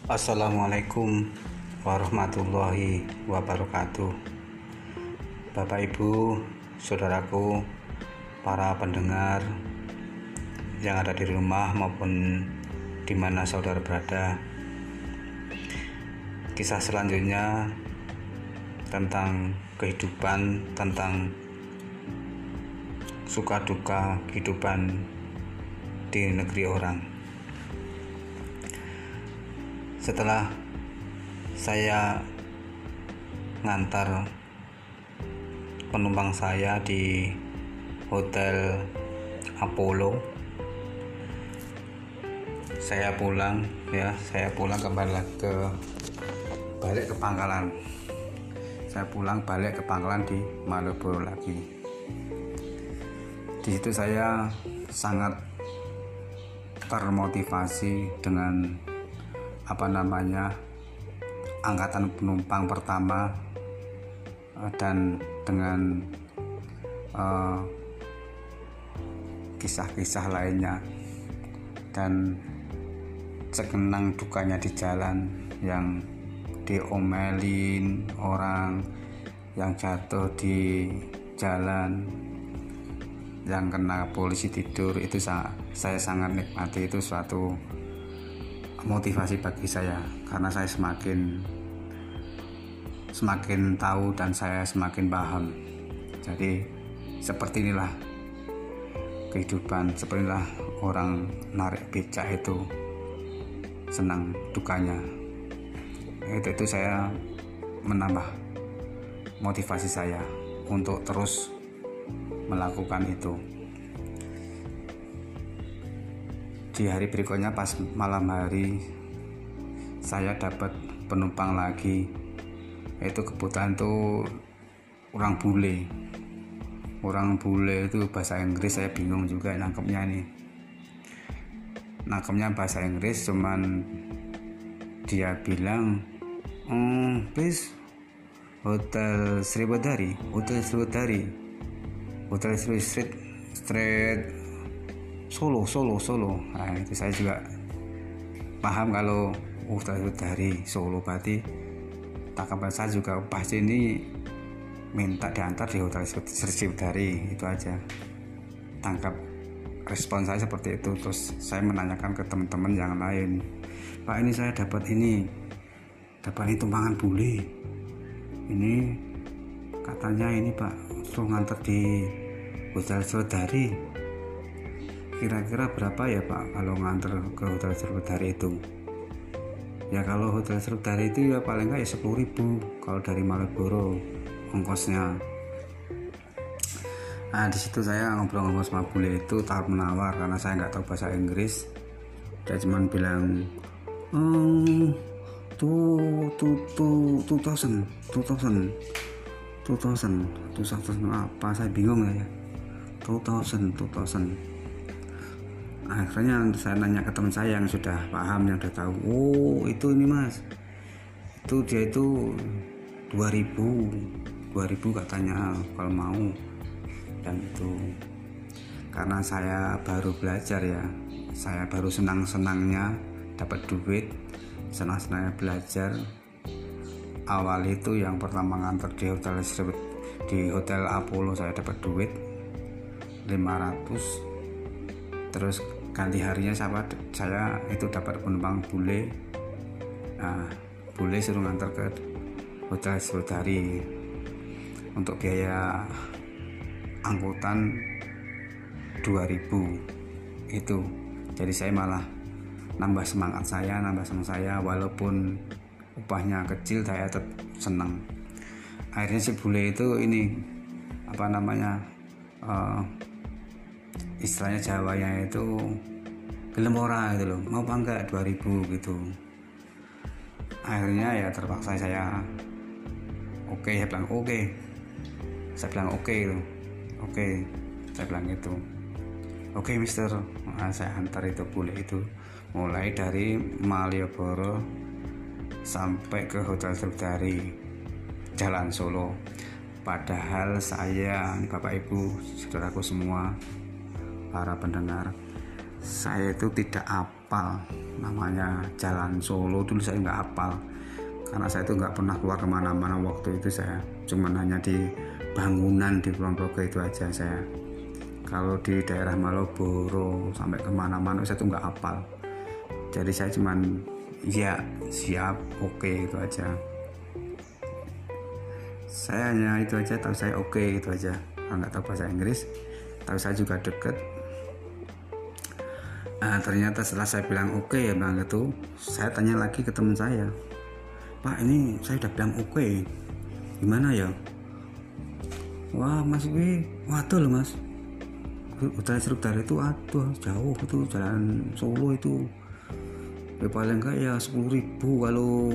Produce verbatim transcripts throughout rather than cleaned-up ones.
Assalamualaikum warahmatullahi wabarakatuh. Bapak Ibu, saudaraku, para pendengar yang ada di rumah maupun di mana saudara berada. Kisah selanjutnya tentang kehidupan, tentang suka duka kehidupan di negeri orang. Setelah saya ngantar penumpang saya di Hotel Apollo, saya pulang ya, saya pulang kembali ke balik ke Pangkalan. Saya pulang balik ke Pangkalan di Malioboro lagi. Di situ saya sangat termotivasi dengan apa namanya angkatan penumpang pertama dan dengan uh, kisah-kisah lainnya dan sekenang dukanya di jalan, yang diomelin orang, yang jatuh di jalan, yang kena polisi tidur. Itu saya sangat nikmati. Itu suatu motivasi bagi saya, karena saya semakin semakin tahu dan saya semakin paham. Jadi seperti inilah kehidupan, seperti inilah orang narik becak itu senang dukanya. Itu itu saya menambah motivasi saya untuk terus melakukan itu. Di hari berikutnya pas malam hari saya dapat penumpang lagi. Itu kebetulan tuh orang bule. Orang bule itu bahasa Inggris, saya bingung juga nangkepnya nih. Nangkepnya bahasa Inggris, cuman dia bilang, "Oh, please, Hotel Sriwedari, Hotel Sriwedari, Hotel Sri Street, Street Solo, Solo, Solo." Nah, itu saya juga paham kalau Hotel dari Solo, berarti tanggapan saya juga pasti ini minta diantar di Hotel Sriwedari. Itu aja tangkap respon saya seperti itu. Terus saya menanyakan ke teman-teman yang lain, "Pak, ini saya dapat ini dapat ini tumpangan bule, ini katanya ini Pak suruh ngantar di Hotel Sriwedari, kira-kira berapa ya Pak kalau nganter ke Hotel Sriwedari itu?" Ya kalau Hotel Sriwedari itu ya paling nggak ya sepuluh ribu kalau dari Malioboro ongkosnya. Nah di situ saya ngobrol-ngobrol sama bule itu, tawar menawar, karena saya nggak tahu bahasa Inggris. Dia cuma bilang, "Hmm, tuh tuh tuh two thousand, two thousand, two thousand, two thousand apa?" Saya bingung ya. Two thousand, two thousand. Akhirnya saya nanya ke teman saya yang sudah paham, yang sudah tahu. "Oh itu ini mas, itu dia itu dua ribu, dua ribu katanya kalau mau." Dan itu karena saya baru belajar ya, saya baru senang-senangnya dapat duit, senang-senangnya belajar. Awal itu yang pertama nganter di hotel di Hotel Apollo saya dapat duit lima ratus. Terus ganti harinya saya, saya itu dapat penumpang bule. Nah, bule suruh nganter ke Hotel Sriwedari. Untuk biaya angkutan dua ribu itu. Jadi saya malah nambah semangat saya, nambah semangat saya walaupun upahnya kecil, saya tetap senang. Akhirnya si bule itu ini apa namanya? Uh, istilahnya Jawanya itu gelem ora gitu loh, mau apa enggak dua ribu gitu. Akhirnya ya terpaksa saya oke, okay, saya bilang oke okay. saya bilang oke okay, oke okay. saya bilang itu oke okay, mister. Nah, saya antar itu bule itu mulai dari Malioboro sampai ke Hotel Sriwedari Jalan Solo. Padahal saya, Bapak Ibu, saudaraku semua, para pendengar, saya itu tidak hafal namanya jalan Solo dulu, saya nggak hafal karena saya itu nggak pernah keluar kemana-mana waktu itu. Saya cuman hanya di bangunan di Kulon Progo itu aja. Saya kalau di daerah Malioboro sampai kemana-mana saya tuh nggak hafal. Jadi saya cuman ya siap, oke okay, itu aja. Saya hanya itu aja, tahu saya oke okay, itu aja. Nggak tahu bahasa Inggris, tahu saya juga deket. Nah, ternyata setelah saya bilang oke okay, ya bang itu, saya tanya lagi ke teman saya, Pak ini saya udah bilang oke okay, gimana ya? Wah mas ini waduh loh mas, Hotel Sriwidari itu aduh jauh itu, jalan Solo itu ya paling enggak ya sepuluh ribu, kalau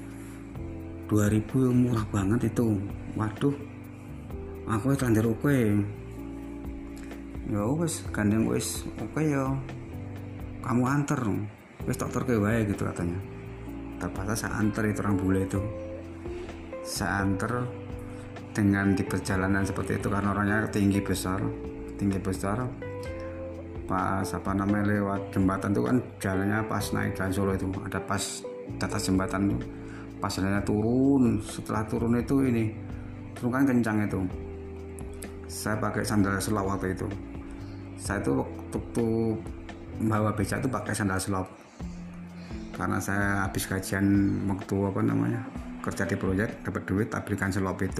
dua ribu yang murah banget itu. Waduh aku tanda oke okay. Ya wes gandeng wes oke okay, ya kamu anter wes tak terke wae gitu katanya. Terpaksa saya anter itu orang bule itu, saya anter dengan di perjalanan seperti itu karena orangnya tinggi besar tinggi besar pas apa namanya lewat jembatan itu kan jalannya pas naik jalan Solo itu ada pas di atas jembatan tuh, pas jalannya turun, setelah turun itu ini turun kan kencang itu. Saya pakai sandal selop waktu itu. Saya tuh waktu bawa becak itu pakai sandal selop karena saya habis gajian waktu apa namanya kerja di proyek, dapat duit tak belikan selop itu.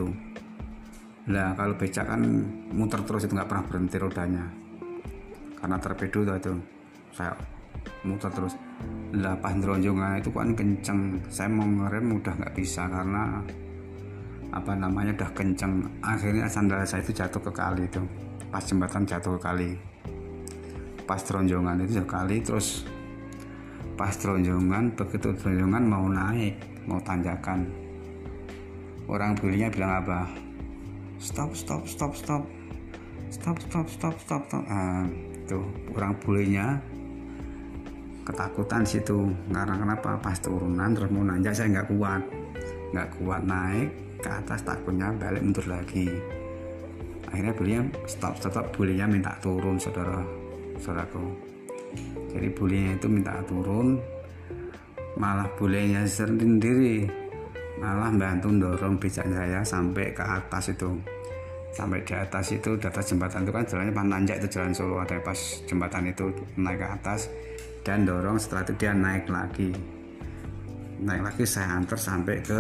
Nah kalau becak kan muter terus itu nggak pernah berhenti rodanya karena torpedo itu, saya muter terus. Lah pas ronjongan itu kan kenceng, saya mau ngerem udah nggak bisa karena apa namanya udah kenceng. Akhirnya sandal saya itu jatuh ke kali itu, pas jembatan jatuh ke kali, pas ronjongan itu jatuh kali. Terus pas ronjongan, begitu ronjongan mau naik mau tanjakan, orang bulinya bilang apa, stop stop stop stop stop stop stop stop stop. Nah, tuh orang bulinya ketakutan situ karena kenapa pas turunan terus mau nanjak saya nggak kuat nggak kuat naik ke atas, takutnya balik mundur lagi. Akhirnya bulinya stop stop bulinya minta turun saudara saudaraku. Jadi bulinya itu minta turun, malah bulinya sendiri malah bantu dorong becak saya sampai ke atas itu. Sampai di atas itu, di atas jembatan itu kan jalannya pas nanjak itu jalan Solo, ada pas jembatan itu naik ke atas dan dorong. Setelah itu dia naik lagi naik lagi saya antar sampai ke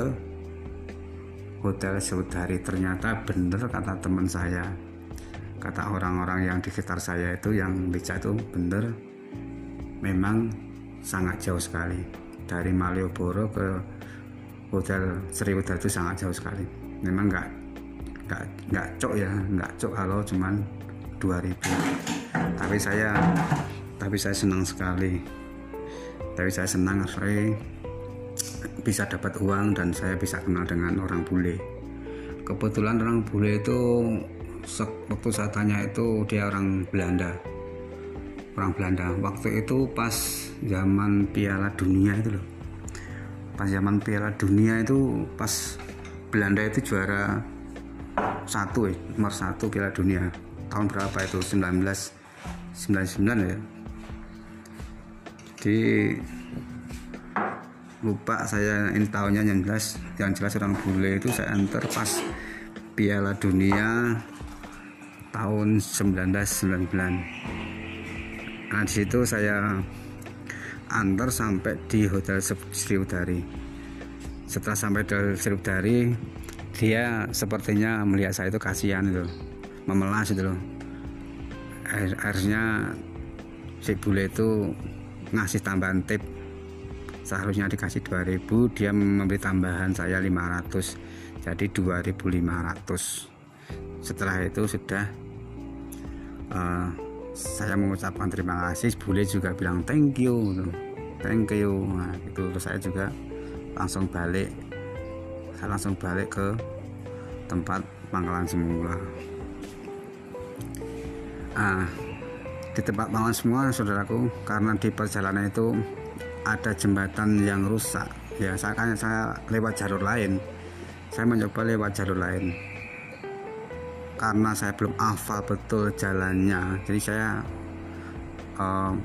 Hotel Sriwidari. Ternyata bener kata teman saya, kata orang-orang yang di sekitar saya itu yang becak itu bener, memang sangat jauh sekali dari Malioboro ke Hotel Sriwidari itu, sangat jauh sekali. Memang nggak nggak nggak cok ya nggak cok kalau cuman dua ribu, tapi saya tapi saya senang sekali tapi saya senang saya bisa dapat uang dan saya bisa kenal dengan orang bule. Kebetulan orang bule itu waktu saya tanya itu dia orang Belanda orang Belanda waktu itu pas zaman Piala Dunia itu loh, pas zaman Piala Dunia itu pas Belanda itu juara satu eh, nomor satu Piala Dunia tahun berapa itu, sembilan belas sembilan puluh sembilan ya. Jadi lupa saya ini tahunnya, yang jelas yang jelas orang bule itu saya antar pas Piala Dunia tahun seribu sembilan ratus sembilan puluh sembilan. Nah di situ saya antar sampai di Hotel Sriwidari. Setelah sampai di Sriwidari, dia sepertinya melihat saya itu kasihan itu, memelas itu loh. Akhirnya si bule itu ngasih tambahan tip, seharusnya dikasih dua ribu, dia memberi tambahan saya lima ratus, jadi dua ribu lima ratus. Setelah itu sudah uh, saya mengucapkan terima kasih, bule juga bilang thank you thank you. Nah itu terus saya juga langsung balik saya langsung balik ke tempat pangkalan semula. Ah, di tempat pangkalan semula saudaraku, karena di perjalanan itu ada jembatan yang rusak ya, saya kan saya lewat jalur lain, saya mencoba lewat jalur lain karena saya belum hafal betul jalannya. Jadi saya uh,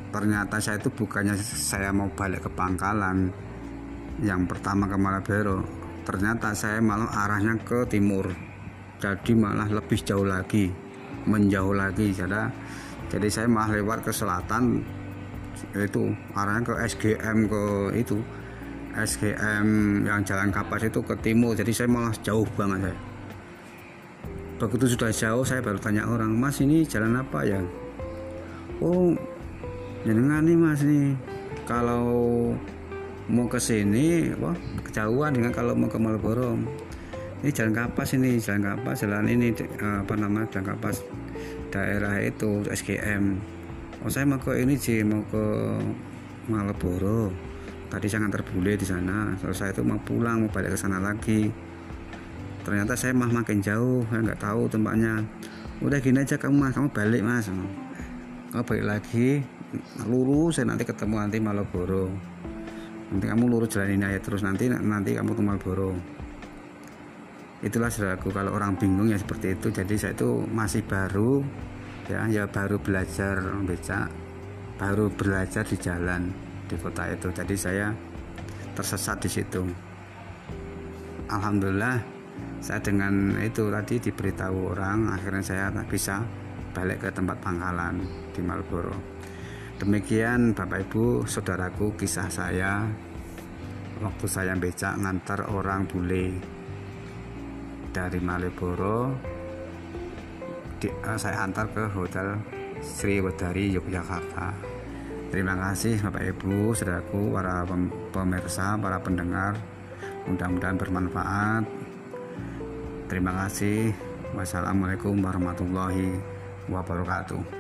ternyata saya itu bukannya saya mau balik ke Pangkalan yang pertama ke Malboro, ternyata saya malah arahnya ke timur, jadi malah lebih jauh lagi, menjauh lagi. Jadi, jadi saya malah lewat ke selatan, itu arahnya ke S G M, ke itu S G M yang Jalan Kapas itu ke timur, jadi saya malah jauh banget saya. Begitu sudah jauh saya baru tanya orang, mas ini jalan apa ya? Oh jenengan nih mas nih, kalau mau ke sini wah kejauhan dengan kalau mau ke Malboro. Ini Jalan Kapas, ini Jalan Kapas, jalan ini apa namanya, Jalan Kapas daerah itu S G M. Oh saya mau ke ini sih, mau ke Malboro. Tadi saya ngantar bule di sana, terus saya itu mau pulang, mau balik ke sana lagi. Ternyata saya mah makin jauh, saya nggak tahu tempatnya. Udah gini aja kamu mas, kamu balik mas, kamu balik lagi lurus, saya nanti ketemu nanti Malboro. Nanti kamu lurus jalan ini aja terus, nanti nanti kamu ke Malboro. Itulah saudaraku, kalau orang bingung ya seperti itu. Jadi saya itu masih baru ya, ya baru belajar becak, baru belajar di jalan di kota itu. Jadi saya tersesat di situ. Alhamdulillah saya dengan itu tadi diberitahu orang, akhirnya saya bisa balik ke tempat pangkalan di Malboro. Demikian Bapak Ibu saudaraku kisah saya waktu saya becak ngantar orang bule dari Malboro di, uh, saya antar ke Hotel Sriwedari Yogyakarta. Terima kasih Bapak Ibu saudaraku, para pemirsa, para pendengar, mudah-mudahan bermanfaat. Terima kasih. Wassalamualaikum warahmatullahi wabarakatuh.